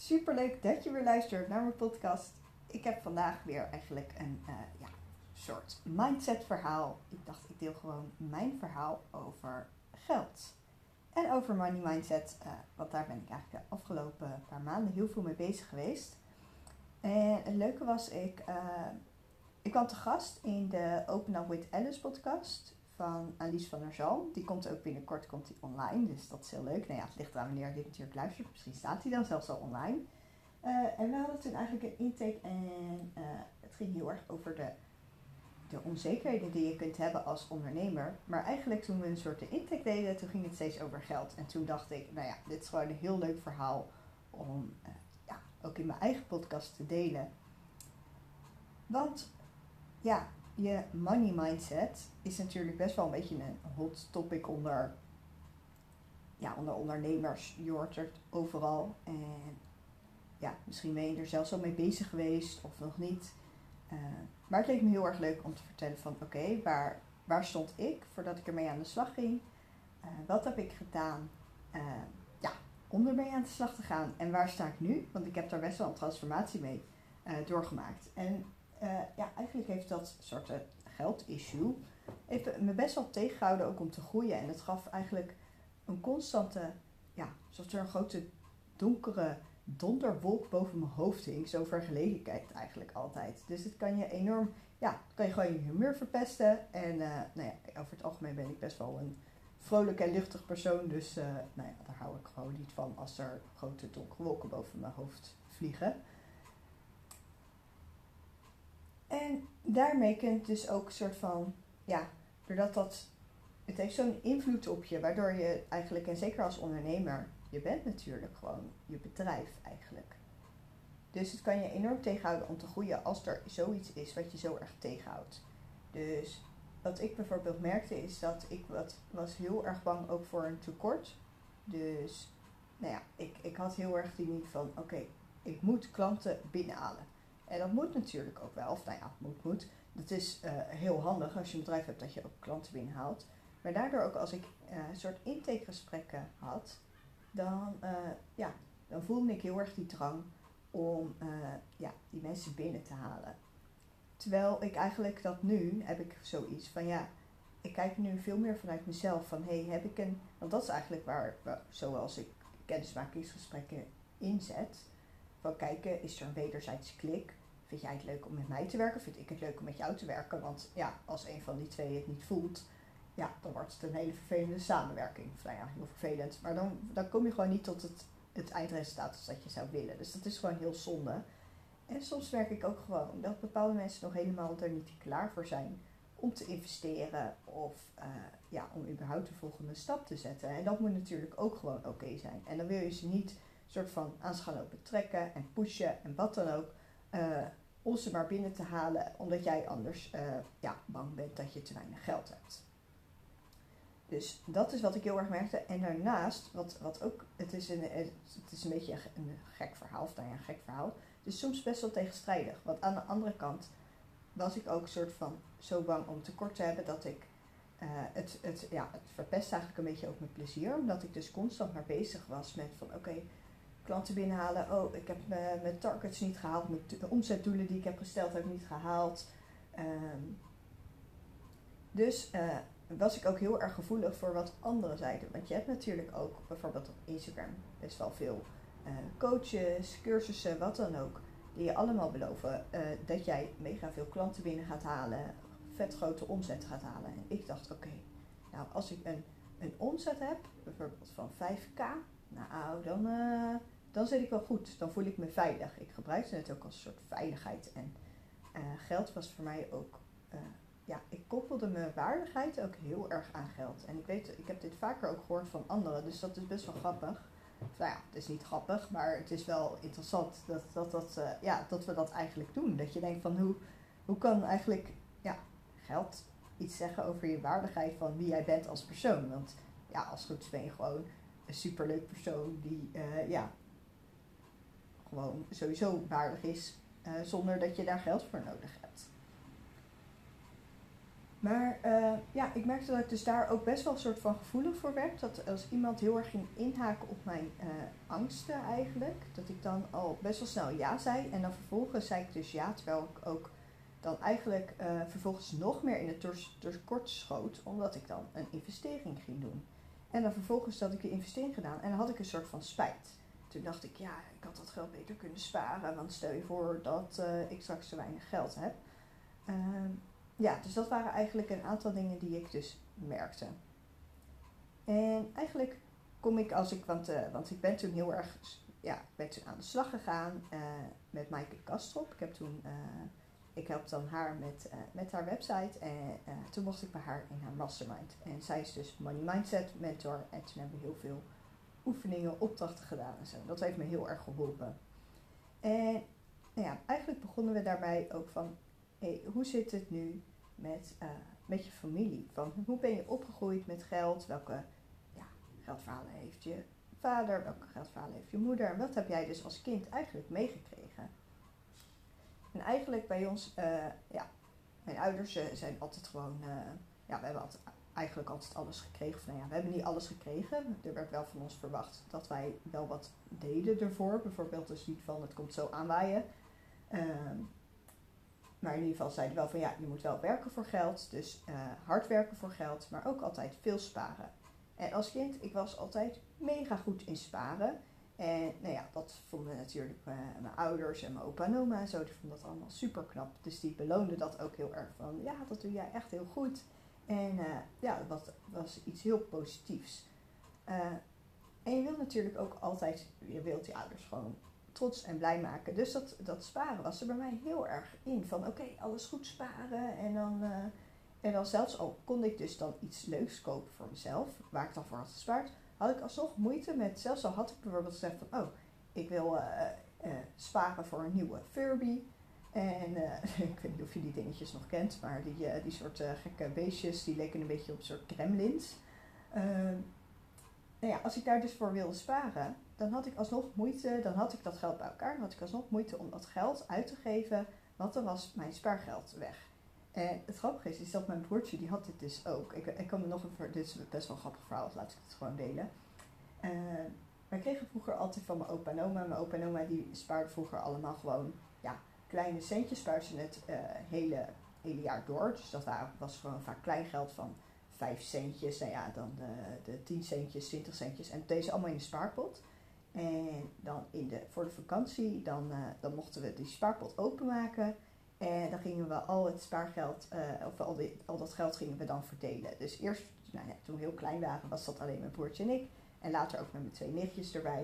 Superleuk dat je weer luistert naar mijn podcast. Ik heb vandaag weer eigenlijk een soort mindset verhaal. Ik dacht ik deel gewoon mijn verhaal over geld. En over money mindset, want daar ben ik eigenlijk de afgelopen paar maanden heel veel mee bezig geweest. En het leuke was, ik kwam te gast in de Open Up with Alice podcast van Alice van der Zalm. Die komt ook binnenkort online, dus dat is heel leuk. Nou ja, het ligt eraan wanneer je dit natuurlijk luistert. Misschien staat hij dan zelfs al online. En we hadden toen eigenlijk een intake en het ging heel erg over de onzekerheden die je kunt hebben als ondernemer. Maar eigenlijk toen we een soort de intake deden, toen ging het steeds over geld. En toen dacht ik, nou ja, dit is gewoon een heel leuk verhaal om ook in mijn eigen podcast te delen. Want ja, je money mindset is natuurlijk best wel een beetje een hot topic onder ondernemers. Je hoort het overal. En ja, misschien ben je er zelfs al mee bezig geweest of nog niet. Maar het leek me heel erg leuk om te vertellen van oké, waar stond ik voordat ik ermee aan de slag ging? Wat heb ik gedaan om ermee aan de slag te gaan? En waar sta ik nu? Want ik heb daar best wel een transformatie mee doorgemaakt. En eigenlijk heeft dat soort geldissue me best wel tegengehouden ook om te groeien. En het gaf eigenlijk een constante, alsof er een grote donkere donderwolk boven mijn hoofd hing. Zo vergeleken kijkt eigenlijk altijd. Dus het kan je enorm, kan je gewoon je humeur verpesten. En over het algemeen ben ik best wel een vrolijk en luchtig persoon. Dus daar hou ik gewoon niet van als er grote donkere wolken boven mijn hoofd vliegen. En daarmee kun je dus ook een soort van, doordat het heeft zo'n invloed op je, waardoor je eigenlijk, en zeker als ondernemer, je bent natuurlijk gewoon je bedrijf eigenlijk. Dus het kan je enorm tegenhouden om te groeien als er zoiets is wat je zo erg tegenhoudt. Dus wat ik bijvoorbeeld merkte is dat ik was heel erg bang ook voor een tekort. Dus ik had heel erg die niet van oké, ik moet klanten binnenhalen. En dat moet natuurlijk ook wel, moet. Dat is heel handig als je een bedrijf hebt dat je ook klanten binnenhaalt. Maar daardoor ook als ik een soort intakegesprekken had, dan voelde ik heel erg die drang om die mensen binnen te halen. Terwijl ik eigenlijk heb ik zoiets van ik kijk nu veel meer vanuit mezelf van heb ik want dat is eigenlijk zoals ik kennismakingsgesprekken inzet. Van kijken, is er een wederzijdse klik? Vind jij het leuk om met mij te werken? Vind ik het leuk om met jou te werken? Want als een van die twee het niet voelt, dan wordt het een hele vervelende samenwerking. Of heel vervelend. Maar dan kom je gewoon niet tot het eindresultaat als dat je zou willen. Dus dat is gewoon heel zonde. En soms merk ik ook gewoon dat bepaalde mensen nog helemaal er niet klaar voor zijn om te investeren of om überhaupt de volgende stap te zetten. En dat moet natuurlijk ook gewoon oké zijn. En dan wil je ze niet soort van aan ze gaan lopen trekken en pushen en wat dan ook. Om ze maar binnen te halen, omdat jij anders bang bent dat je te weinig geld hebt. Dus dat is wat ik heel erg merkte. En daarnaast, wat ook, het is een beetje een gek verhaal, een gek verhaal. Dus soms best wel tegenstrijdig. Want aan de andere kant was ik ook soort van zo bang om tekort te hebben dat ik het verpest eigenlijk een beetje ook mijn plezier. Omdat ik dus constant maar bezig was met van oké, klanten binnenhalen. Oh, ik heb mijn targets niet gehaald. De omzetdoelen die ik heb gesteld heb ik niet gehaald. Dus was ik ook heel erg gevoelig voor wat anderen zeiden. Want je hebt natuurlijk ook bijvoorbeeld op Instagram best wel veel coaches, cursussen, wat dan ook. Die je allemaal beloven dat jij mega veel klanten binnen gaat halen. Vet grote omzet gaat halen. En ik dacht oké, als ik een omzet heb, bijvoorbeeld van 5k. Dan zit ik wel goed. Dan voel ik me veilig. Ik gebruikte het ook als een soort veiligheid. En geld was voor mij ook ik koppelde mijn waardigheid ook heel erg aan geld. En ik heb dit vaker ook gehoord van anderen, dus dat is best wel grappig. Het is niet grappig, maar het is wel interessant dat we dat eigenlijk doen. Dat je denkt van hoe kan eigenlijk geld iets zeggen over je waardigheid van wie jij bent als persoon. Want als het goed is ben je gewoon een superleuk persoon die gewoon sowieso waardig is zonder dat je daar geld voor nodig hebt. Maar ja, ik merkte dat ik dus daar ook best wel een soort van gevoelig voor werd. Dat als iemand heel erg ging inhaken op mijn angsten eigenlijk, dat ik dan al best wel snel ja zei. En dan vervolgens zei ik dus ja, terwijl ik ook dan eigenlijk vervolgens nog meer in het tekort schoot, omdat ik dan een investering ging doen. En dan vervolgens had ik die investering gedaan en dan had ik een soort van spijt. Toen dacht ik, ja, ik had dat geld beter kunnen sparen, want stel je voor dat ik straks te weinig geld heb. Ja, dus dat waren eigenlijk een aantal dingen die ik dus merkte. En eigenlijk kom ik als ik, want ik ben toen heel erg, ja, ik ben toen aan de slag gegaan met Maaike Kastrop. Ik help dan haar met haar website en toen mocht ik bij haar in haar mastermind. En zij is dus money mindset mentor en toen hebben we heel veel oefeningen, opdrachten gedaan en zo. Dat heeft me heel erg geholpen. En nou ja, eigenlijk begonnen we daarbij ook van, hey, hoe zit het nu met je familie? Van, hoe ben je opgegroeid met geld? Welke geldverhalen heeft je vader? Welke geldverhalen heeft je moeder? En wat heb jij dus als kind eigenlijk meegekregen? En eigenlijk bij ons, mijn ouders zijn altijd gewoon, we hebben eigenlijk altijd alles gekregen. Nou ja, we hebben niet alles gekregen. Er werd wel van ons verwacht dat wij wel wat deden ervoor. Bijvoorbeeld dus niet van het komt zo aanwaaien. Maar in ieder geval zeiden wel van ja, je moet wel werken voor geld. Dus hard werken voor geld, maar ook altijd veel sparen. En als kind, ik was altijd mega goed in sparen. En nou ja, dat vonden natuurlijk mijn ouders en mijn opa en oma en zo. Die vonden dat allemaal super knap. Dus die beloonden dat ook heel erg van, ja, dat doe jij echt heel goed. En dat was iets heel positiefs. En je wilt natuurlijk ook altijd, je wilt je ouders gewoon trots en blij maken. Dus dat sparen was er bij mij heel erg in. Van oké, alles goed sparen. En dan zelfs al kon ik dus dan iets leuks kopen voor mezelf, waar ik dan voor had gespaard, had ik alsnog moeite met, zelfs al had ik bijvoorbeeld gezegd van, oh, ik wil sparen voor een nieuwe Furby. En ik weet niet of je die dingetjes nog kent, maar die soort gekke beestjes, die leken een beetje op soort gremlins. Nou ja, als ik daar dus voor wilde sparen, dan had ik alsnog moeite, dan had ik dat geld bij elkaar, dan had ik alsnog moeite om dat geld uit te geven, want dan was mijn spaargeld weg. En het grappige is dat mijn broertje, die had dit dus ook. Ik kan me nog dit is best wel een grappig verhaal, laat ik het gewoon delen. Wij kregen vroeger altijd van mijn opa en oma. Mijn opa en oma die spaarden vroeger allemaal gewoon, ja, kleine centjes, spaarden ze het hele jaar door. Dus dat was gewoon vaak klein geld van 5 centjes, nou ja, dan de 10 centjes, 20 centjes. En deze allemaal in de spaarpot. En dan voor de vakantie, dan mochten we die spaarpot openmaken. En dan gingen we al het spaargeld, al dat geld gingen we dan verdelen. Dus eerst, toen we heel klein waren, was dat alleen mijn broertje en ik. En later ook met mijn 2 nichtjes erbij.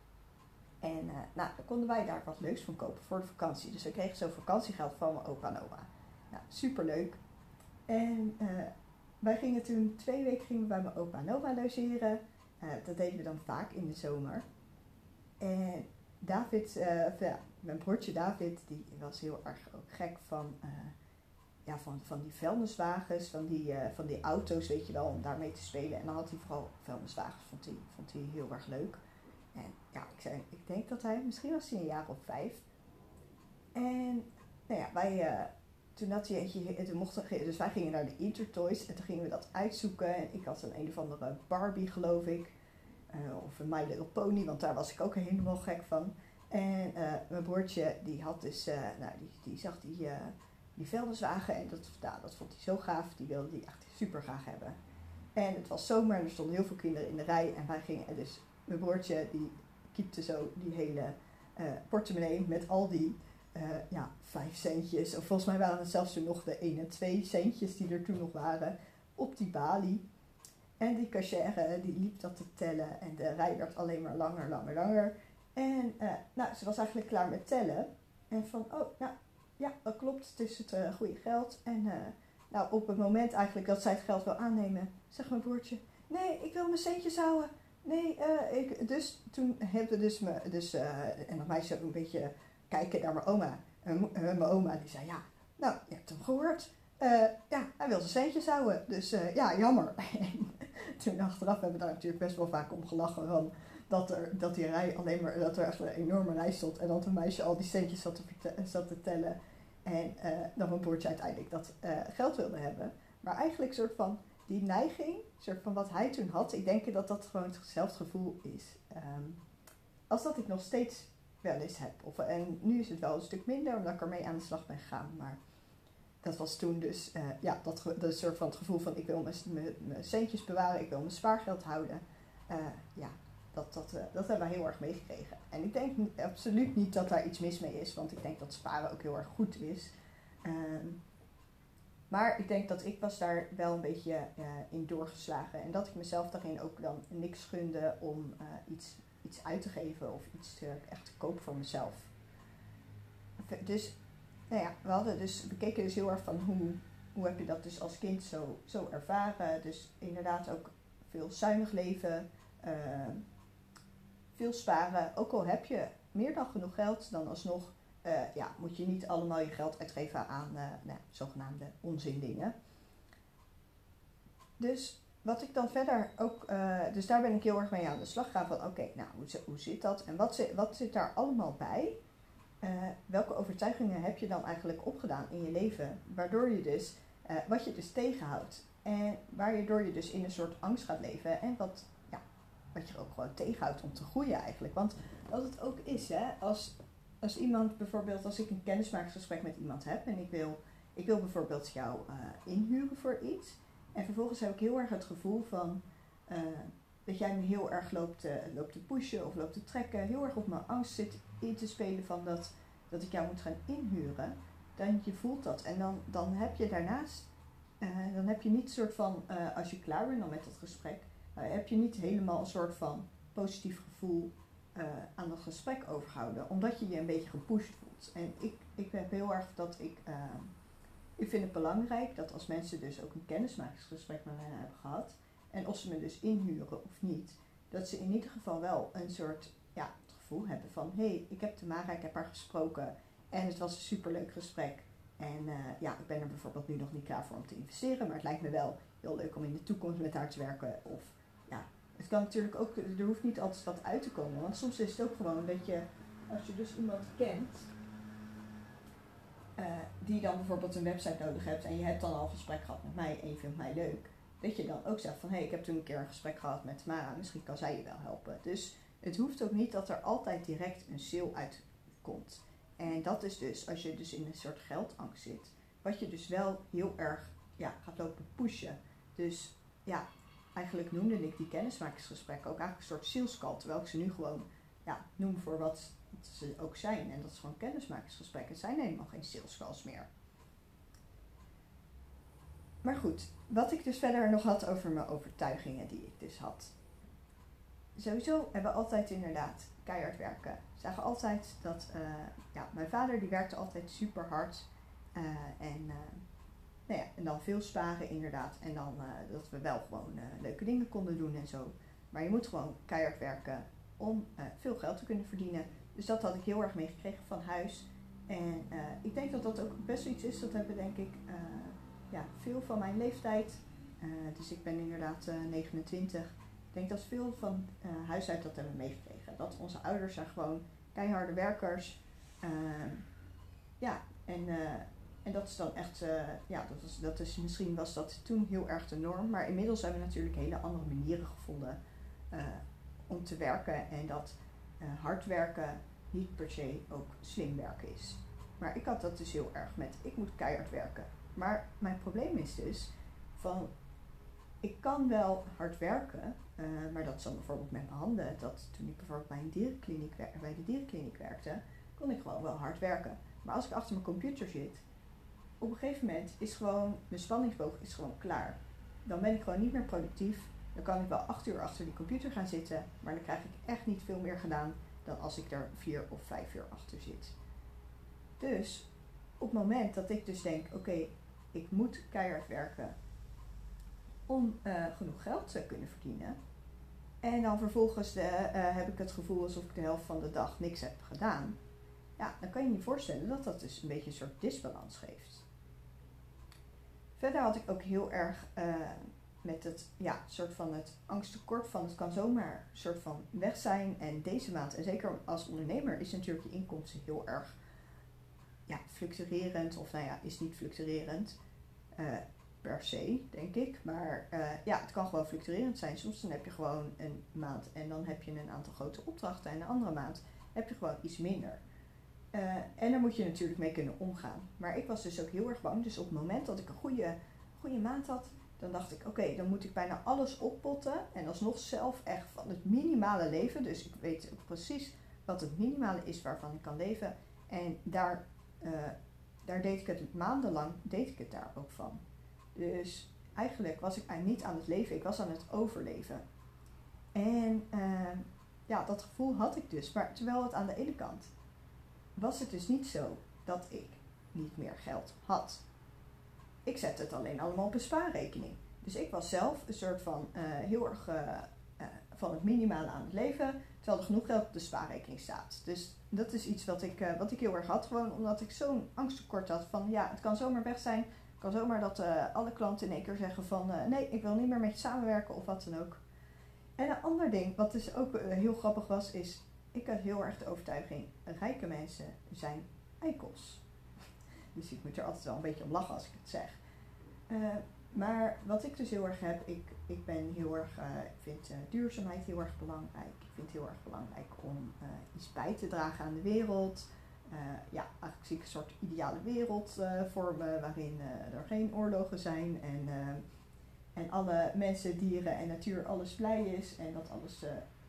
En dan konden wij daar wat leuks van kopen voor de vakantie. Dus we kregen zo vakantiegeld van mijn opa en oma. Nou, superleuk. En wij gingen toen 2 weken bij mijn opa en oma logeren. Dat deden we dan vaak in de zomer. En David, mijn broertje David, die was heel erg ook gek van die vuilniswagens, van die auto's, weet je wel, om daarmee te spelen. En dan had hij vooral vuilniswagens, vond hij heel erg leuk. En ja, ik denk dat hij, misschien was hij een jaar of 5. En nou ja, toen had hij dus wij gingen naar de Intertoys en toen gingen we dat uitzoeken. En ik had een of andere Barbie, geloof ik. Of een My Little Pony, want daar was ik ook helemaal gek van. En mijn broertje, die had dus, die zag die vuilniswagen en dat vond hij zo gaaf. Die wilde die echt super graag hebben. En het was zomer en er stonden heel veel kinderen in de rij. En wij gingen, dus mijn broertje, die kiepte zo die hele portemonnee met al die 5 centjes. Of volgens mij waren het zelfs toen nog de 1 en 2 centjes die er toen nog waren, op die balie. En die cashier die liep dat te tellen en de rij werd alleen maar langer. En ze was eigenlijk klaar met tellen. En van, dat klopt, het is het goede geld. En op het moment eigenlijk dat zij het geld wil aannemen, zegt mijn broertje, nee, ik wil mijn centjes houden. Nee, dus toen hebben we en dan mij zo een beetje kijken naar mijn oma. En mijn oma die zei, je hebt hem gehoord. Hij wil zijn centjes houden. Dus jammer. Toen achteraf hebben we daar natuurlijk best wel vaak om gelachen van dat die rij alleen maar, dat er echt een enorme rij stond en dat een meisje al die centjes zat te tellen en dat mijn broertje uiteindelijk dat geld wilde hebben. Maar eigenlijk soort van die neiging, soort van wat hij toen had, ik denk dat dat gewoon hetzelfde gevoel is. Als dat ik nog steeds wel eens heb. En nu is het wel een stuk minder, omdat ik ermee aan de slag ben gegaan. Maar dat was toen dus, dat soort van het gevoel van ik wil mijn centjes bewaren, ik wil mijn spaargeld houden. Dat hebben we heel erg meegekregen. En ik denk absoluut niet dat daar iets mis mee is, want ik denk dat sparen ook heel erg goed is. Maar ik denk dat ik was daar wel een beetje in doorgeslagen. En dat ik mezelf daarin ook dan niks gunde om iets uit te geven of iets echt te kopen voor mezelf. Dus, we keken dus heel erg van hoe heb je dat dus als kind zo ervaren. Dus inderdaad ook veel zuinig leven, veel sparen. Ook al heb je meer dan genoeg geld, dan alsnog moet je niet allemaal je geld uitgeven aan zogenaamde onzindingen. Dus wat ik dan verder ook, dus daar ben ik heel erg mee aan de slag gegaan van hoe zit dat en wat zit daar allemaal bij? Welke overtuigingen heb je dan eigenlijk opgedaan in je leven, waardoor je dus, wat je dus tegenhoudt en waardoor je dus in een soort angst gaat leven en wat je ook gewoon tegenhoudt om te groeien eigenlijk. Want wat het ook is, hè, als iemand bijvoorbeeld, als ik een kennismakingsgesprek met iemand heb en ik wil bijvoorbeeld jou inhuren voor iets en vervolgens heb ik heel erg het gevoel van dat jij me heel erg loopt te pushen of loopt te trekken, heel erg op mijn angst zit in te spelen van dat ik jou moet gaan inhuren, dan je voelt dat. En dan heb je daarnaast, dan heb je niet een soort van, als je klaar bent dan met dat gesprek, heb je niet helemaal een soort van positief gevoel aan dat gesprek overhouden, omdat je je een beetje gepusht voelt. En ik heb heel erg dat ik vind het belangrijk dat als mensen dus ook een kennismakingsgesprek met mij hebben gehad, en of ze me dus inhuren of niet, dat ze in ieder geval wel een soort het gevoel hebben van ik heb Tamara, ik heb haar gesproken en het was een superleuk gesprek. En ik ben er bijvoorbeeld nu nog niet klaar voor om te investeren, maar het lijkt me wel heel leuk om in de toekomst met haar te werken. Of het kan natuurlijk ook, er hoeft niet altijd wat uit te komen, want soms is het ook gewoon dat je, als je dus iemand kent, die dan bijvoorbeeld een website nodig hebt en je hebt dan al een gesprek gehad met mij en je vindt mij leuk, dat je dan ook zegt van ik heb toen een keer een gesprek gehad met Tamara, misschien kan zij je wel helpen. Dus het hoeft ook niet dat er altijd direct een sale uitkomt. En dat is dus, als je dus in een soort geldangst zit, wat je dus wel heel erg gaat lopen pushen. Dus eigenlijk noemde ik die kennismakingsgesprekken ook eigenlijk een soort sales call, terwijl ik ze nu gewoon noem voor wat ze ook zijn. En dat is gewoon kennismakingsgesprekken. Het zijn helemaal geen sales calls meer. Maar goed, wat ik dus verder nog had over mijn overtuigingen die ik dus had. Sowieso hebben we altijd inderdaad keihard werken. We zagen altijd dat, mijn vader die werkte altijd super hard. En dan veel sparen inderdaad. En dan dat we wel gewoon leuke dingen konden doen en zo. Maar je moet gewoon keihard werken om veel geld te kunnen verdienen. Dus dat had ik heel erg meegekregen van huis. En ik denk dat dat ook best iets is. Dat hebben denk ik veel van mijn leeftijd. Dus ik ben inderdaad 29. Ik denk dat veel van huis uit dat hebben meegekregen. Dat onze ouders zijn gewoon keiharde werkers. En dat is dan echt, misschien was dat toen heel erg de norm. Maar inmiddels hebben we natuurlijk hele andere manieren gevonden om te werken. En dat hard werken niet per se ook slim werken is. Maar ik had dat dus heel erg met, ik moet keihard werken. Maar mijn probleem is dus van, ik kan wel hard werken, maar dat is dan bijvoorbeeld met mijn handen. Dat toen ik bijvoorbeeld bij de dierenkliniek werkte, kon ik gewoon wel hard werken. Maar als ik achter mijn computer zit, op een gegeven moment is gewoon, mijn spanningsboog is gewoon klaar. Dan ben ik gewoon niet meer productief. Dan kan ik wel 8 uur achter die computer gaan zitten, maar dan krijg ik echt niet veel meer gedaan dan als ik er 4 of 5 uur achter zit. Dus op het moment dat ik dus denk, oké, ik moet keihard werken om genoeg geld te kunnen verdienen. En dan vervolgens heb ik het gevoel alsof ik de helft van de dag niks heb gedaan. Ja, dan kan je je voorstellen dat dat dus een beetje een soort disbalans geeft. Verder had ik ook heel erg met het soort van het angsttekort van het kan zomaar een soort van weg zijn. En deze maand, en zeker als ondernemer, is natuurlijk je inkomsten heel erg fluctuerend. Of is niet fluctuerend. per se, denk ik. Maar het kan gewoon fluctuerend zijn. Soms dan heb je gewoon een maand en dan heb je een aantal grote opdrachten. En de andere maand heb je gewoon iets minder. En daar moet je natuurlijk mee kunnen omgaan. Maar ik was dus ook heel erg bang. Dus op het moment dat ik een goede maand had, dan dacht ik, oké, dan moet ik bijna alles oppotten. En alsnog zelf echt van het minimale leven. Dus ik weet ook precies wat het minimale is waarvan ik kan leven. En daar deed ik het maandenlang, deed ik het daar ook van. Dus eigenlijk was ik niet aan het leven, ik was aan het overleven. En dat gevoel had ik dus. Maar terwijl het aan de ene kant was het dus niet zo dat ik niet meer geld had. Ik zette het alleen allemaal op een spaarrekening. Dus ik was zelf een soort van heel erg van het minimale aan het leven, terwijl er genoeg geld op de spaarrekening staat. Dus dat is iets wat ik heel erg had, gewoon omdat ik zo'n angsttekort had van het kan zomaar weg zijn. Het kan zomaar dat alle klanten in één keer zeggen van nee, ik wil niet meer met je samenwerken of wat dan ook. En een ander ding, wat dus ook heel grappig was, is ik had heel erg de overtuiging, rijke mensen zijn eikels. Dus ik moet er altijd wel een beetje om lachen als ik het zeg. Maar wat ik dus heel erg heb, ik ben heel erg, ik vind duurzaamheid heel erg belangrijk. Ik vind het heel erg belangrijk om iets bij te dragen aan de wereld. Eigenlijk zie ik een soort ideale wereld voor me, waarin er geen oorlogen zijn en alle mensen, dieren en natuur alles blij is en dat alles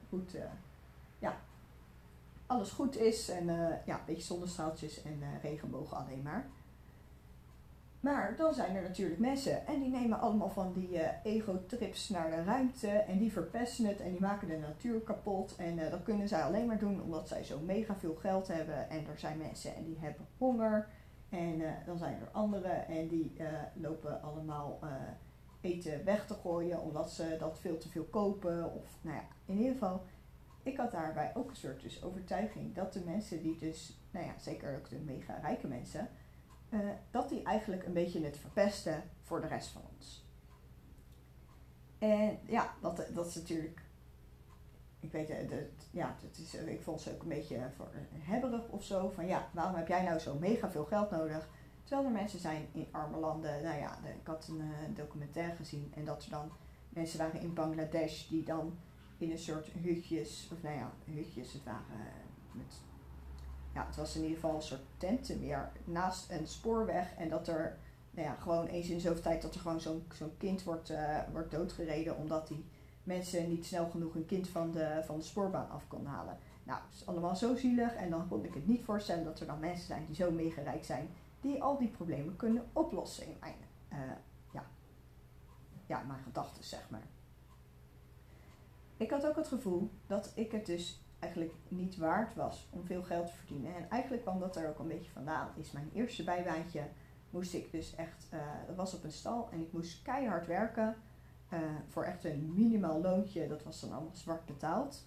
alles goed is en een beetje zonnestraaltjes en regenbogen alleen maar. Maar dan zijn er natuurlijk mensen en die nemen allemaal van die ego-trips naar de ruimte en die verpesten het en die maken de natuur kapot. En dat kunnen zij alleen maar doen omdat zij zo mega veel geld hebben. En er zijn mensen en die hebben honger. En dan zijn er anderen en die lopen allemaal eten weg te gooien omdat ze dat veel te veel kopen. Of in ieder geval, ik had daarbij ook een soort dus overtuiging dat de mensen die dus, zeker ook de mega rijke mensen, dat die eigenlijk een beetje het verpesten voor de rest van ons. En dat is natuurlijk, ik weet ik vond ze ook een beetje hebberig of zo, van waarom heb jij nou zo mega veel geld nodig, terwijl er mensen zijn in arme landen, ik had een documentaire gezien en dat er dan mensen waren in Bangladesh die dan in een soort hutjes, het waren met het was in ieder geval een soort tenten meer naast een spoorweg. En dat er gewoon eens in zoveel tijd dat er gewoon zo'n kind wordt doodgereden. Omdat die mensen niet snel genoeg een kind van de spoorbaan af konden halen. Nou, het is allemaal zo zielig. En dan kon ik het niet voorstellen dat er dan mensen zijn die zo mega rijk zijn. Die al die problemen kunnen oplossen in mijn gedachten, zeg maar. Ik had ook het gevoel dat ik het dus eigenlijk niet waard was om veel geld te verdienen. En eigenlijk kwam dat er ook een beetje vandaan. Is mijn eerste bijbaantje moest ik dus echt, dat was op een stal en ik moest keihard werken voor echt een minimaal loontje. Dat was dan allemaal zwart betaald.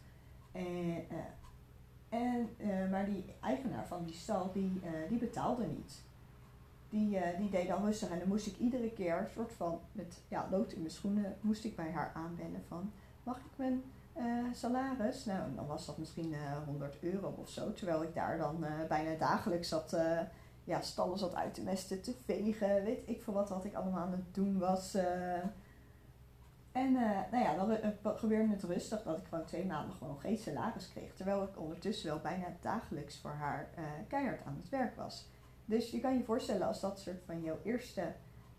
Maar die eigenaar van die stal, die betaalde niet. Die deed dan rustig en dan moest ik iedere keer een soort van met lood in mijn schoenen moest ik bij haar aanbellen van, mag ik mijn salaris? Nou, dan was dat misschien €100 of zo, terwijl ik daar dan bijna dagelijks zat, stallen zat uit te mesten, te vegen, weet ik veel wat ik allemaal aan het doen was. Dan gebeurde het rustig dat ik gewoon 2 maanden gewoon geen salaris kreeg, terwijl ik ondertussen wel bijna dagelijks voor haar keihard aan het werk was. Dus je kan je voorstellen als dat soort van jouw eerste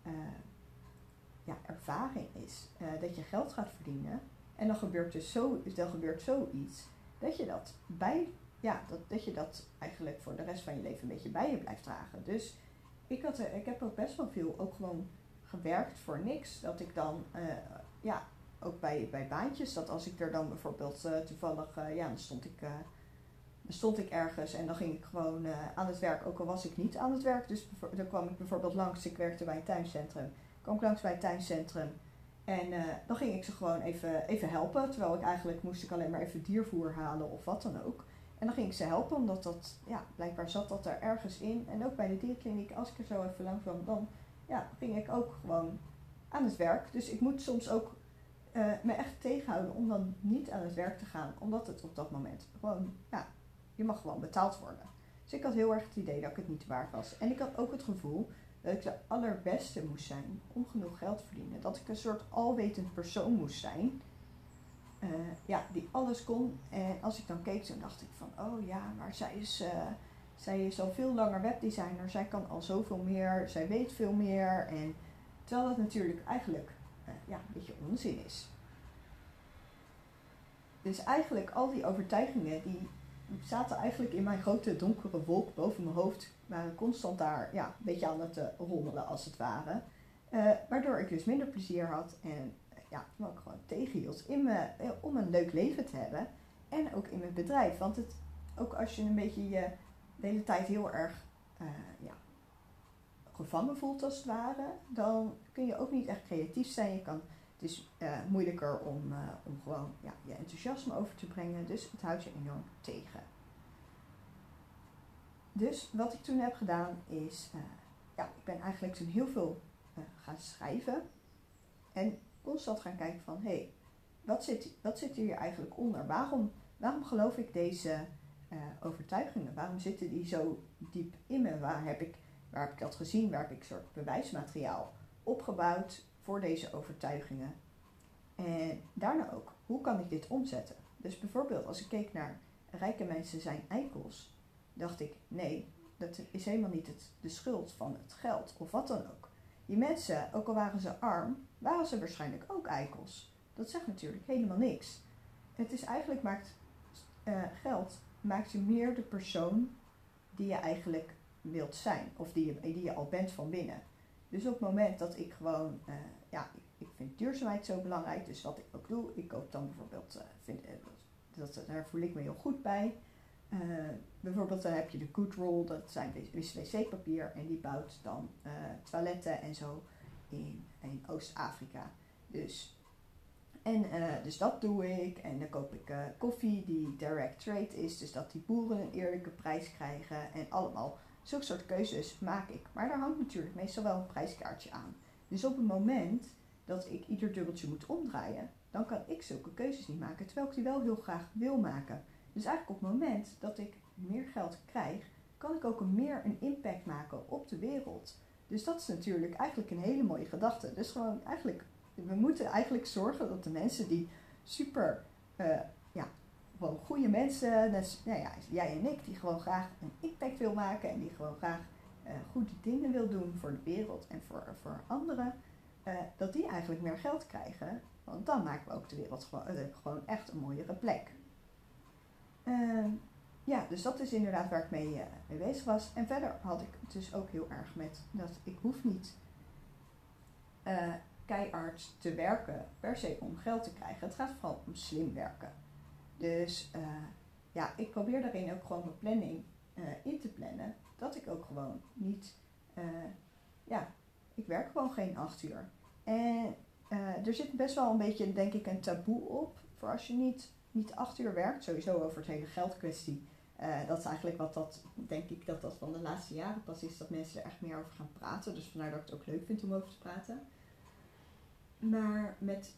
ervaring is, dat je geld gaat verdienen en dan gebeurt zoiets, dat je dat je dat eigenlijk voor de rest van je leven een beetje bij je blijft dragen. Dus ik heb ook best wel veel ook gewoon gewerkt voor niks. Dat ik dan ook bij baantjes, dat als ik er dan bijvoorbeeld toevallig, dan stond ik ergens en dan ging ik gewoon aan het werk, ook al was ik niet aan het werk. Dus dan kwam ik bijvoorbeeld langs, ik werkte bij een tuincentrum, kwam ik langs bij het tuincentrum en dan ging ik ze gewoon even helpen, terwijl moest ik alleen maar even diervoer halen of wat dan ook. En dan ging ik ze helpen, omdat dat, blijkbaar zat dat er ergens in. En ook bij de dierkliniek, als ik er zo even langs kwam, dan ging ik ook gewoon aan het werk. Dus ik moet soms ook me echt tegenhouden om dan niet aan het werk te gaan, omdat het op dat moment gewoon, je mag gewoon betaald worden. Dus ik had heel erg het idee dat ik het niet waard was. En ik had ook het gevoel Dat ik de allerbeste moest zijn om genoeg geld te verdienen. Dat ik een soort alwetend persoon moest zijn. Die alles kon. En als ik dan keek, dan dacht ik van, oh ja, maar zij is al veel langer webdesigner. Zij kan al zoveel meer. Zij weet veel meer. En terwijl dat natuurlijk eigenlijk een beetje onzin is. Dus eigenlijk al die overtuigingen die zaten eigenlijk in mijn grote donkere wolk boven mijn hoofd. Waren constant daar een beetje aan het rommelen als het ware. Waardoor ik dus minder plezier had en me ook gewoon tegenhield om een leuk leven te hebben. En ook in mijn bedrijf. Want ook als je een beetje de hele tijd heel erg gevangen voelt als het ware, dan kun je ook niet echt creatief zijn. Het is moeilijker om gewoon je enthousiasme over te brengen. Dus het houdt je enorm tegen. Dus wat ik toen heb gedaan is, ik ben eigenlijk toen heel veel gaan schrijven. En constant gaan kijken van, wat zit hier eigenlijk onder? Waarom geloof ik deze overtuigingen? Waarom zitten die zo diep in me? Waar heb ik dat gezien? Waar heb ik een soort bewijsmateriaal opgebouwd voor deze overtuigingen? En daarna ook, hoe kan ik dit omzetten? Dus bijvoorbeeld als ik keek naar rijke mensen zijn eikels, dacht ik, nee, dat is helemaal niet de schuld van het geld of wat dan ook. Die mensen, ook al waren ze arm, waren ze waarschijnlijk ook eikels. Dat zegt natuurlijk helemaal niks. Het is eigenlijk geld maakt je meer de persoon die je eigenlijk wilt zijn. Of die je al bent van binnen. Dus op het moment dat ik gewoon, ik vind duurzaamheid zo belangrijk. Dus wat ik ook doe, ik koop dan bijvoorbeeld, daar voel ik me heel goed bij. Bijvoorbeeld dan heb je de Goodroll, dat zijn wc-papier en die bouwt dan toiletten en zo in Oost-Afrika. Dus dat doe ik en dan koop ik koffie die direct trade is, dus dat die boeren een eerlijke prijs krijgen en allemaal zulke soort keuzes maak ik. Maar daar hangt natuurlijk meestal wel een prijskaartje aan. Dus op het moment dat ik ieder dubbeltje moet omdraaien, dan kan ik zulke keuzes niet maken, terwijl ik die wel heel graag wil maken. Dus eigenlijk op het moment dat ik meer geld krijg, kan ik ook meer een impact maken op de wereld. Dus dat is natuurlijk eigenlijk een hele mooie gedachte. Dus gewoon eigenlijk, we moeten eigenlijk zorgen dat de mensen die super, gewoon goede mensen, net, jij en ik, die gewoon graag een impact wil maken en die gewoon graag goede dingen wil doen voor de wereld en voor anderen, dat die eigenlijk meer geld krijgen. Want dan maken we ook de wereld gewoon echt een mooiere plek. Dus dat is inderdaad waar ik mee bezig was. En verder had ik het dus ook heel erg met dat ik hoef niet keihard te werken per se om geld te krijgen. Het gaat vooral om slim werken. Dus ik probeer daarin ook gewoon mijn planning in te plannen. Dat ik ook gewoon niet, ik werk gewoon geen 8 uur. En er zit best wel een beetje, denk ik, een taboe op voor als je niet 8 uur werkt, sowieso over het hele geldkwestie. Dat is eigenlijk denk ik dat van de laatste jaren pas is, dat mensen er echt meer over gaan praten. Dus vandaar dat ik het ook leuk vind om over te praten. Maar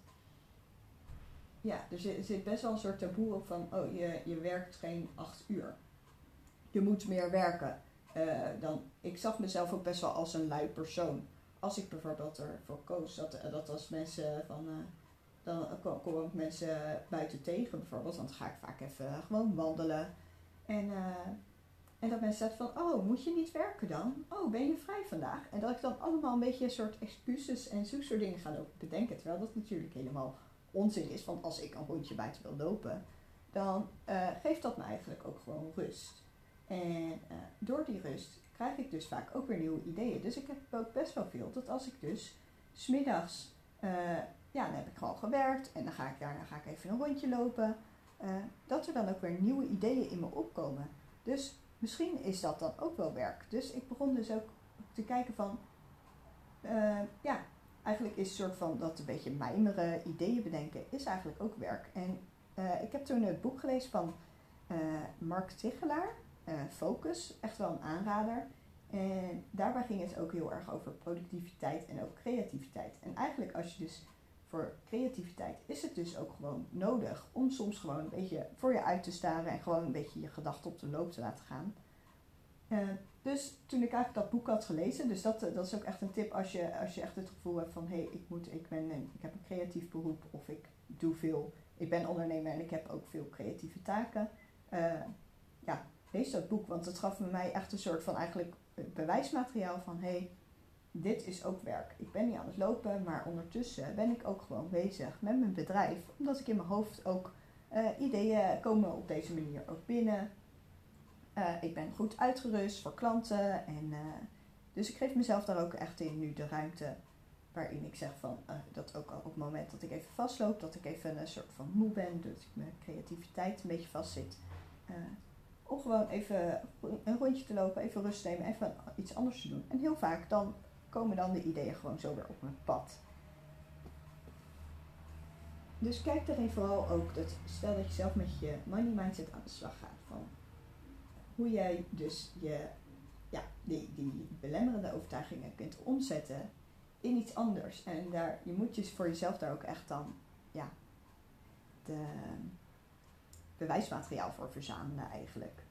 er zit best wel een soort taboe op van, je werkt geen 8 uur. Je moet meer werken. Ik zag mezelf ook best wel als een lui persoon. Als ik bijvoorbeeld ervoor koos dat als mensen dan kom ik mensen buiten tegen bijvoorbeeld, want dan ga ik vaak even gewoon wandelen. En dat mensen zeggen van, moet je niet werken dan? Ben je vrij vandaag? En dat ik dan allemaal een beetje een soort excuses en zo'n soort dingen ga lopen bedenken. Terwijl dat natuurlijk helemaal onzin is, want als ik een rondje buiten wil lopen, dan geeft dat me eigenlijk ook gewoon rust. En door die rust krijg ik dus vaak ook weer nieuwe ideeën. Dus ik heb ook best wel veel dat als ik dus 's middags, dan heb ik gewoon gewerkt en dan daarna ga ik even een rondje lopen. Dat er dan ook weer nieuwe ideeën in me opkomen. Dus misschien is dat dan ook wel werk. Dus ik begon dus ook te kijken van, eigenlijk is een soort van dat een beetje mijmeren, ideeën bedenken, is eigenlijk ook werk. En ik heb toen het boek gelezen van Mark Tichelaar, Focus, echt wel een aanrader. En daarbij ging het ook heel erg over productiviteit en ook creativiteit. En eigenlijk als je dus voor creativiteit is het dus ook gewoon nodig om soms gewoon een beetje voor je uit te staren en gewoon een beetje je gedachten op de loop te laten gaan. Dus toen ik eigenlijk dat boek had gelezen, dus dat is ook echt een tip als je echt het gevoel hebt van ik heb een creatief beroep of ik ben ondernemer en ik heb ook veel creatieve taken. Lees dat boek, want het gaf mij echt een soort van eigenlijk bewijsmateriaal van dit is ook werk. Ik ben niet aan het lopen, maar ondertussen ben ik ook gewoon bezig met mijn bedrijf, omdat ik in mijn hoofd ook ideeën komen op deze manier ook binnen. Ik ben goed uitgerust voor klanten. Dus ik geef mezelf daar ook echt in nu de ruimte waarin ik zeg van dat ook al op het moment dat ik even vastloop, dat ik even een soort van moe ben, dat ik mijn creativiteit een beetje vastzit. Om gewoon even een rondje te lopen, even rust te nemen, even iets anders te doen. En heel vaak dan komen dan de ideeën gewoon zo weer op mijn pad. Dus kijk daarin vooral ook, stel dat je zelf met je money mindset aan de slag gaat. Van hoe jij dus die belemmerende overtuigingen kunt omzetten in iets anders. En je moet je voor jezelf daar ook echt dan de bewijsmateriaal voor verzamelen eigenlijk.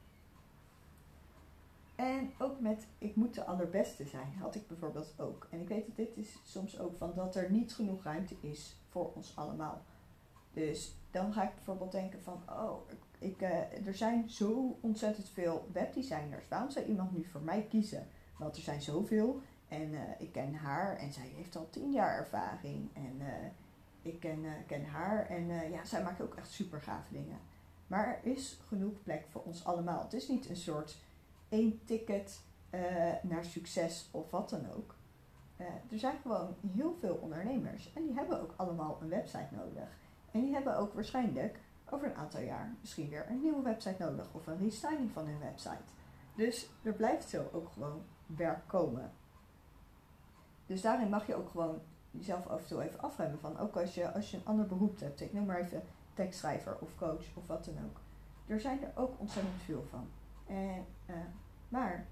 En ook met ik moet de allerbeste zijn, had ik bijvoorbeeld ook. En ik weet dat dit is soms ook van dat er niet genoeg ruimte is voor ons allemaal. Dus dan ga ik bijvoorbeeld denken van er zijn zo ontzettend veel webdesigners. Waarom zou iemand nu voor mij kiezen? Want er zijn zoveel en ik ken haar en zij heeft al 10 jaar ervaring. En ik ken haar en zij maakt ook echt super gave dingen. Maar er is genoeg plek voor ons allemaal. Het is niet een soort één ticket naar succes of wat dan ook. Er zijn gewoon heel veel ondernemers en die hebben ook allemaal een website nodig. En die hebben ook waarschijnlijk over een aantal jaar misschien weer een nieuwe website nodig of een restyling van hun website. Dus er blijft zo ook gewoon werk komen. Dus daarin mag je ook gewoon jezelf af en toe even afremmen van ook als je een ander beroep hebt, ik noem maar even tekstschrijver of coach of wat dan ook. Er zijn er ook ontzettend veel van. Maar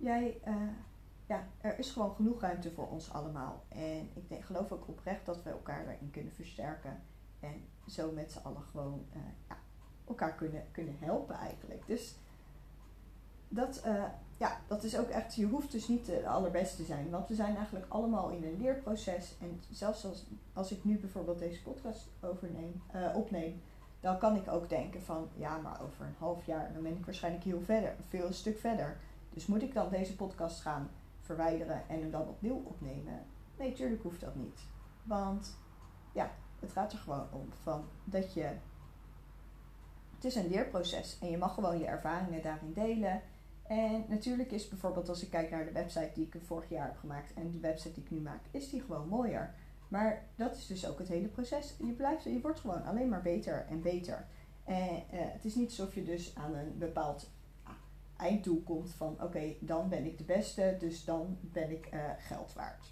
er is gewoon genoeg ruimte voor ons allemaal. En ik geloof ook oprecht dat we elkaar daarin kunnen versterken. En zo met z'n allen gewoon elkaar kunnen helpen eigenlijk. Dus dat is ook echt, je hoeft dus niet de allerbeste te zijn. Want we zijn eigenlijk allemaal in een leerproces. En zelfs als ik nu bijvoorbeeld deze podcast opneem, dan kan ik ook denken van, maar over een half jaar, dan ben ik waarschijnlijk een stuk verder. Dus moet ik dan deze podcast gaan verwijderen en hem dan opnieuw opnemen? Nee, natuurlijk hoeft dat niet. Want het gaat er gewoon om van dat het is een leerproces en je mag gewoon je ervaringen daarin delen. En natuurlijk is bijvoorbeeld als ik kijk naar de website die ik vorig jaar heb gemaakt en de website die ik nu maak, is die gewoon mooier. Maar dat is dus ook het hele proces. Je wordt gewoon alleen maar beter en beter. En het is niet alsof je dus aan een bepaald einddoel komt van dan ben ik de beste, dus dan ben ik geld waard.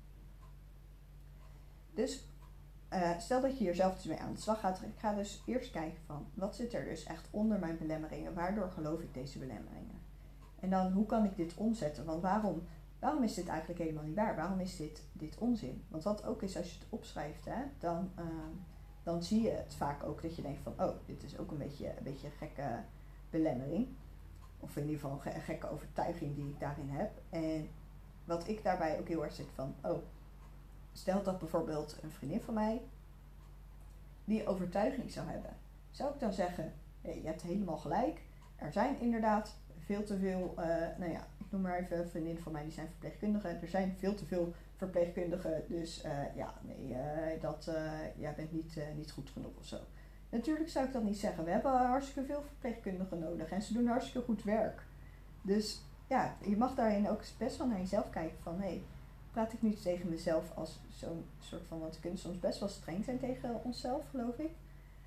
Dus stel dat je hier zelf dus mee aan de slag gaat. Ik ga dus eerst kijken van wat zit er dus echt onder mijn belemmeringen. Waardoor geloof ik deze belemmeringen? En dan hoe kan ik dit omzetten? Want waarom is dit eigenlijk helemaal niet waar? Waarom is dit onzin? Want wat ook is als je het opschrijft, dan zie je het vaak ook dat je denkt van dit is ook een beetje een gekke belemmering. Of in ieder geval een gekke overtuiging die ik daarin heb. En wat ik daarbij ook heel erg zit van stel dat bijvoorbeeld een vriendin van mij die overtuiging zou hebben. Zou ik dan zeggen, je hebt helemaal gelijk. Er zijn inderdaad veel te veel, ik noem maar even een vriendin van mij, die zijn verpleegkundigen. Er zijn veel te veel verpleegkundigen, dus jij bent niet goed genoeg of zo. Natuurlijk zou ik dat niet zeggen. We hebben hartstikke veel verpleegkundigen nodig en ze doen hartstikke goed werk. Dus je mag daarin ook best wel naar jezelf kijken van, praat ik nu tegen mezelf als zo'n soort van, want we kunnen soms best wel streng zijn tegen onszelf, geloof ik.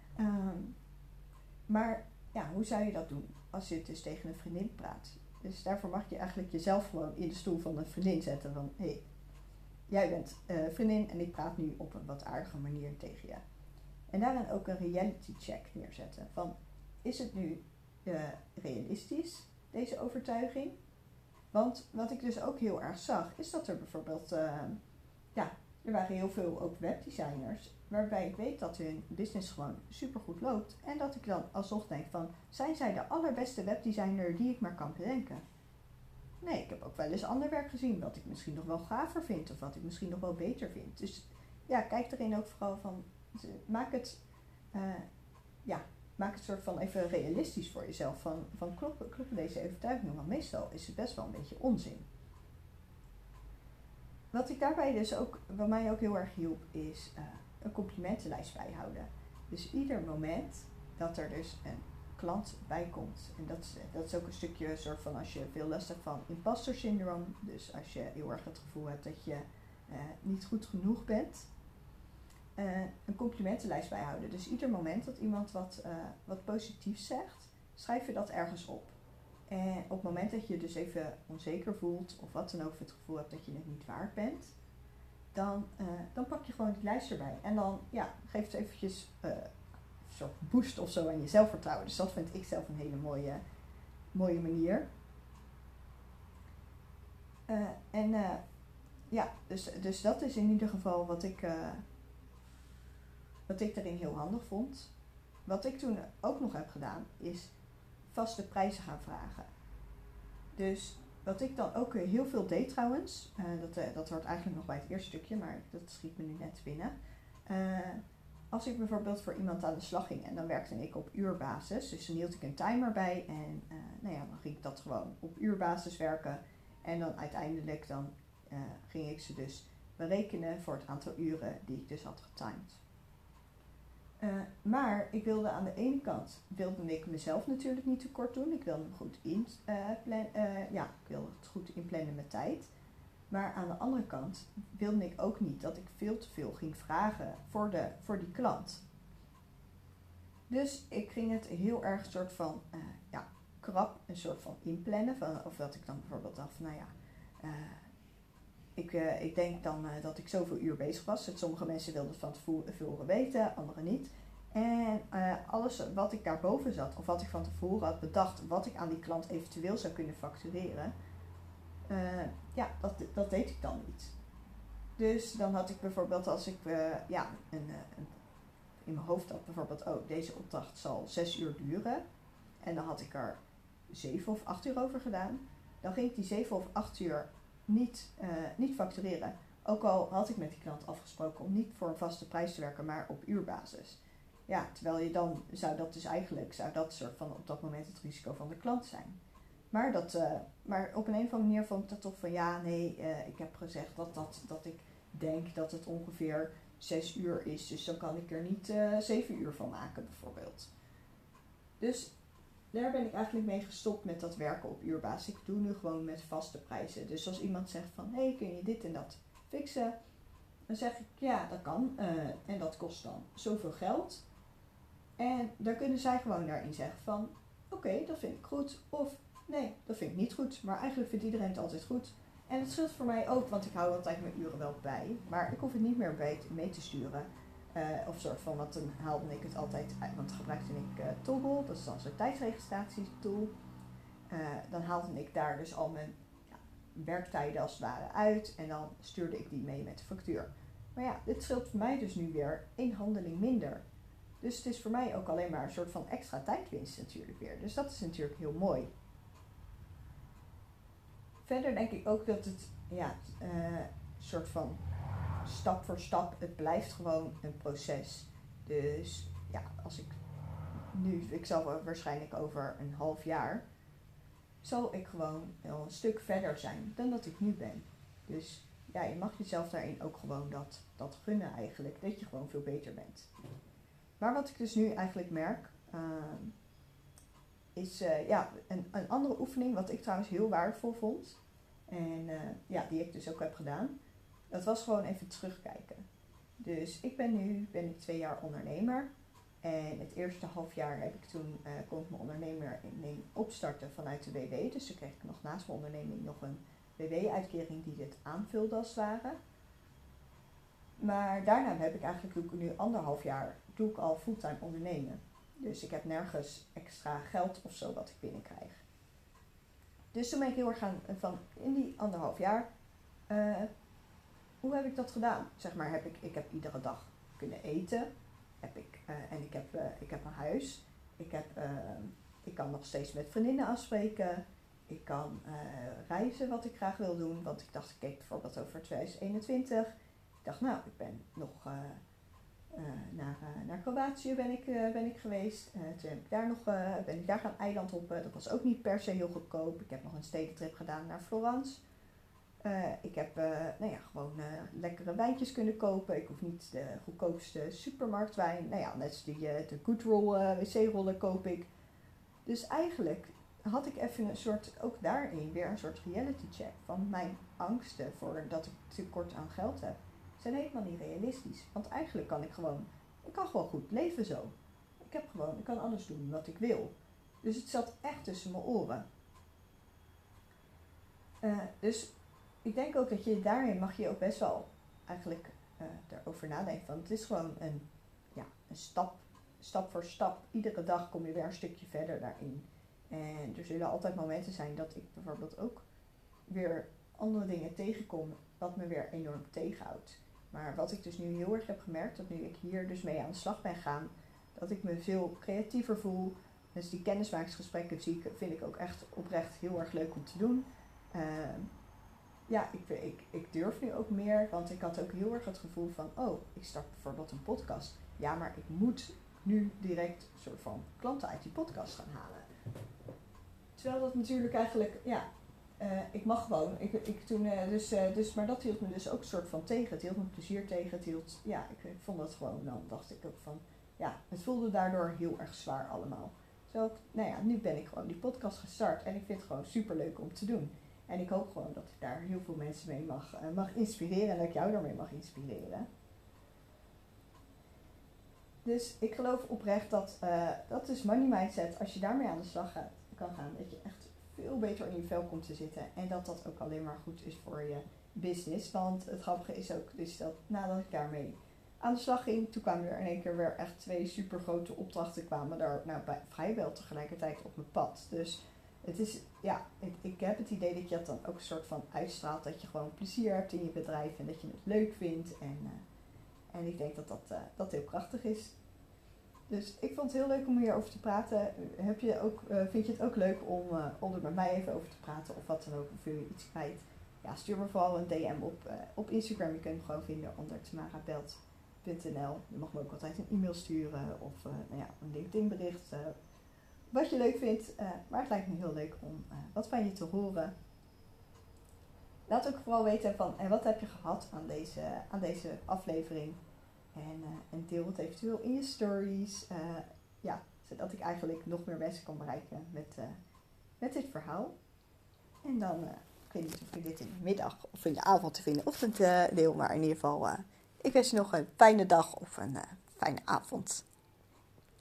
Maar hoe zou je dat doen als je het dus tegen een vriendin praat? Dus daarvoor mag je eigenlijk jezelf gewoon in de stoel van een vriendin zetten van, jij bent vriendin en ik praat nu op een wat aardige manier tegen je. En daarin ook een reality check neerzetten van, is het nu realistisch, deze overtuiging? Want wat ik dus ook heel erg zag, is dat er bijvoorbeeld, er waren heel veel ook webdesigners, waarbij ik weet dat hun business gewoon supergoed loopt. En dat ik dan alsnog denk van, zijn zij de allerbeste webdesigner die ik maar kan bedenken? Nee, ik heb ook wel eens ander werk gezien wat ik misschien nog wel gaver vind of wat ik misschien nog wel beter vind. Dus ja, kijk erin ook vooral van, maak het, eh, ja, maak het soort van even realistisch voor jezelf. Van kloppen deze overtuigingen? Want meestal is het best wel een beetje onzin. Wat ik daarbij dus ook, wat mij ook heel erg hielp, is een complimentenlijst bijhouden. Dus ieder moment dat er dus een klant bij komt. En dat is ook een stukje soort van als je veel last hebt van imposter syndroom. Dus als je heel erg het gevoel hebt dat je niet goed genoeg bent. Een complimentenlijst bijhouden. Dus ieder moment dat iemand wat positiefs zegt, schrijf je dat ergens op. En op het moment dat je dus even onzeker voelt of wat dan ook, het gevoel hebt dat je het niet waard bent, dan pak je gewoon die lijst erbij. En dan geef het eventjes een soort boost of zo aan je zelfvertrouwen. Dus dat vind ik zelf een hele mooie manier. Dus dat is in ieder geval wat ik erin heel handig vond. Wat ik toen ook nog heb gedaan, is vaste prijzen gaan vragen. Dus wat ik dan ook heel veel deed trouwens, dat hoort eigenlijk nog bij het eerste stukje, maar dat schiet me nu net binnen. Als ik bijvoorbeeld voor iemand aan de slag ging en dan werkte ik op uurbasis, dus dan hield ik een timer bij en dan ging ik dat gewoon op uurbasis werken. En dan uiteindelijk ging ik ze dus berekenen voor het aantal uren die ik dus had getimed. Maar ik wilde aan de ene kant, mezelf natuurlijk niet tekort doen. Ik wilde hem goed ik wilde het goed inplannen met tijd. Maar aan de andere kant wilde ik ook niet dat ik veel te veel ging vragen voor die klant. Dus ik ging het heel erg soort van, krap een soort van inplannen. Of dat ik dan bijvoorbeeld dacht van, ik denk dan dat ik zoveel uur bezig was. Dus sommige mensen wilden het van tevoren weten, anderen niet. En alles wat ik daarboven zat, of wat ik van tevoren had bedacht, wat ik aan die klant eventueel zou kunnen factureren, dat deed ik dan niet. Dus dan had ik bijvoorbeeld, als ik in mijn hoofd had bijvoorbeeld, deze opdracht zal 6 uur duren. En dan had ik er 7 of 8 uur over gedaan. Dan ging ik die 7 of 8 uur niet factureren. Ook al had ik met die klant afgesproken om niet voor een vaste prijs te werken, maar op uurbasis. Ja, terwijl je dan zou dat soort van op dat moment het risico van de klant zijn. Maar op een of andere manier vond ik dat toch van ik heb gezegd dat ik denk dat het ongeveer 6 uur is. Dus dan kan ik er niet 7 uur van maken bijvoorbeeld. Dus daar ben ik eigenlijk mee gestopt met dat werken op uurbasis. Ik doe nu gewoon met vaste prijzen. Dus als iemand zegt van, kun je dit en dat fixen? Dan zeg ik, ja, dat kan. En dat kost dan zoveel geld. En dan kunnen zij gewoon daarin zeggen van, oké, dat vind ik goed. Of, nee, dat vind ik niet goed. Maar eigenlijk vindt iedereen het altijd goed. En het scheelt voor mij ook, want ik hou altijd mijn uren wel bij. Maar ik hoef het niet meer mee te sturen. Of soort van, want dan haalde ik het altijd uit, want dan gebruikte ik Toggle, dat is dan zo'n tijdsregistratietool. Dan haalde ik daar dus al mijn werktijden als het ware uit en dan stuurde ik die mee met de factuur. Maar ja, dit scheelt voor mij dus nu weer 1 handeling minder. Dus het is voor mij ook alleen maar een soort van extra tijdwinst natuurlijk weer. Dus dat is natuurlijk heel mooi. Verder denk ik ook dat het soort van stap voor stap, het blijft gewoon een proces. Dus als ik zal waarschijnlijk over een half jaar, zal ik gewoon wel een stuk verder zijn dan dat ik nu ben. Dus je mag jezelf daarin ook gewoon dat gunnen eigenlijk, dat je gewoon veel beter bent. Maar wat ik dus nu eigenlijk merk, is een andere oefening, wat ik trouwens heel waardevol vond. En die ik dus ook heb gedaan. Dat was gewoon even terugkijken. Dus ik ben 2 jaar ondernemer. En het eerste half jaar kon ik mijn onderneming opstarten vanuit de WW. Dus dan kreeg ik nog naast mijn onderneming nog een WW-uitkering die dit aanvulde als het ware. Maar daarna doe ik nu 1,5 jaar al fulltime ondernemen. Dus ik heb nergens extra geld of zo wat ik binnenkrijg. Dus toen ben ik heel erg van in die 1,5 jaar, hoe heb ik dat gedaan? Zeg maar, ik heb iedere dag kunnen eten. Ik heb een huis. Ik kan nog steeds met vriendinnen afspreken. Ik kan reizen wat ik graag wil doen. Want ik dacht, ik keek bijvoorbeeld over 2021. Ik dacht, nou, ik ben nog naar Kroatië ben ik geweest. Toen ben ik daar gaan eiland hoppen. Dat was ook niet per se heel goedkoop. Ik heb nog een stedentrip gedaan naar Florence. Ik heb gewoon lekkere wijntjes kunnen kopen. Ik hoef niet de goedkoopste supermarktwijn. Nou ja, net als de Goodroll wc-rollen koop ik. Dus eigenlijk had ik even een soort, ook daarin weer een soort reality check van mijn angsten voor dat ik tekort aan geld heb. Zijn helemaal niet realistisch. Want eigenlijk kan ik kan gewoon goed leven zo. Ik kan alles doen wat ik wil. Dus het zat echt tussen mijn oren. Dus ik denk ook dat je daarin mag je ook best wel eigenlijk erover nadenken. Van het is gewoon een stap voor stap. Iedere dag kom je weer een stukje verder daarin. En er zullen altijd momenten zijn dat ik bijvoorbeeld ook weer andere dingen tegenkom wat me weer enorm tegenhoudt. Maar wat ik dus nu heel erg heb gemerkt, dat nu ik hier dus mee aan de slag ben gaan, dat ik me veel creatiever voel. Dus die kennismakingsgesprekken vind ik ook echt oprecht heel erg leuk om te doen. Ik durf nu ook meer, want ik had ook heel erg het gevoel van, ik start bijvoorbeeld een podcast. Ja, maar ik moet nu direct een soort van klanten uit die podcast gaan halen. Terwijl dat natuurlijk eigenlijk, ik mag gewoon. Maar dat hield me dus ook een soort van tegen. Het hield me plezier tegen. Ik vond dat gewoon, dan dacht ik ook van, het voelde daardoor heel erg zwaar allemaal. Terwijl nu ben ik gewoon die podcast gestart en ik vind het gewoon super leuk om te doen. En ik hoop gewoon dat ik daar heel veel mensen mee mag inspireren en dat ik jou daarmee mag inspireren. Dus ik geloof oprecht dat is money mindset. Als je daarmee aan de slag kan gaan, dat je echt veel beter in je vel komt te zitten. En dat ook alleen maar goed is voor je business. Want het grappige is ook dus dat nadat ik daarmee aan de slag ging, toen kwamen er in één keer weer echt 2 super grote opdrachten kwamen daar vrijwel tegelijkertijd op mijn pad. Dus het is, ik heb het idee dat je dat dan ook een soort van uitstraalt. Dat je gewoon plezier hebt in je bedrijf en dat je het leuk vindt. En ik denk dat heel krachtig is. Dus ik vond het heel leuk om hierover te praten. Vind je het ook leuk om er met mij even over te praten of wat dan ook? Of wil je iets kwijt? Ja, stuur me vooral een DM op Instagram. Je kunt me gewoon vinden onder tamarabelt.nl. Je mag me ook altijd een e-mail sturen of een LinkedIn bericht. Wat je leuk vindt. Maar het lijkt me heel leuk om wat van je te horen. Laat ook vooral weten van wat heb je gehad aan deze aflevering. En deel het eventueel in je stories. Zodat ik eigenlijk nog meer mensen kan bereiken met dit verhaal. En dan, ik weet niet of je dit in de middag of in de avond te vinden of het deel. Maar in ieder geval, ik wens je nog een fijne dag of een fijne avond.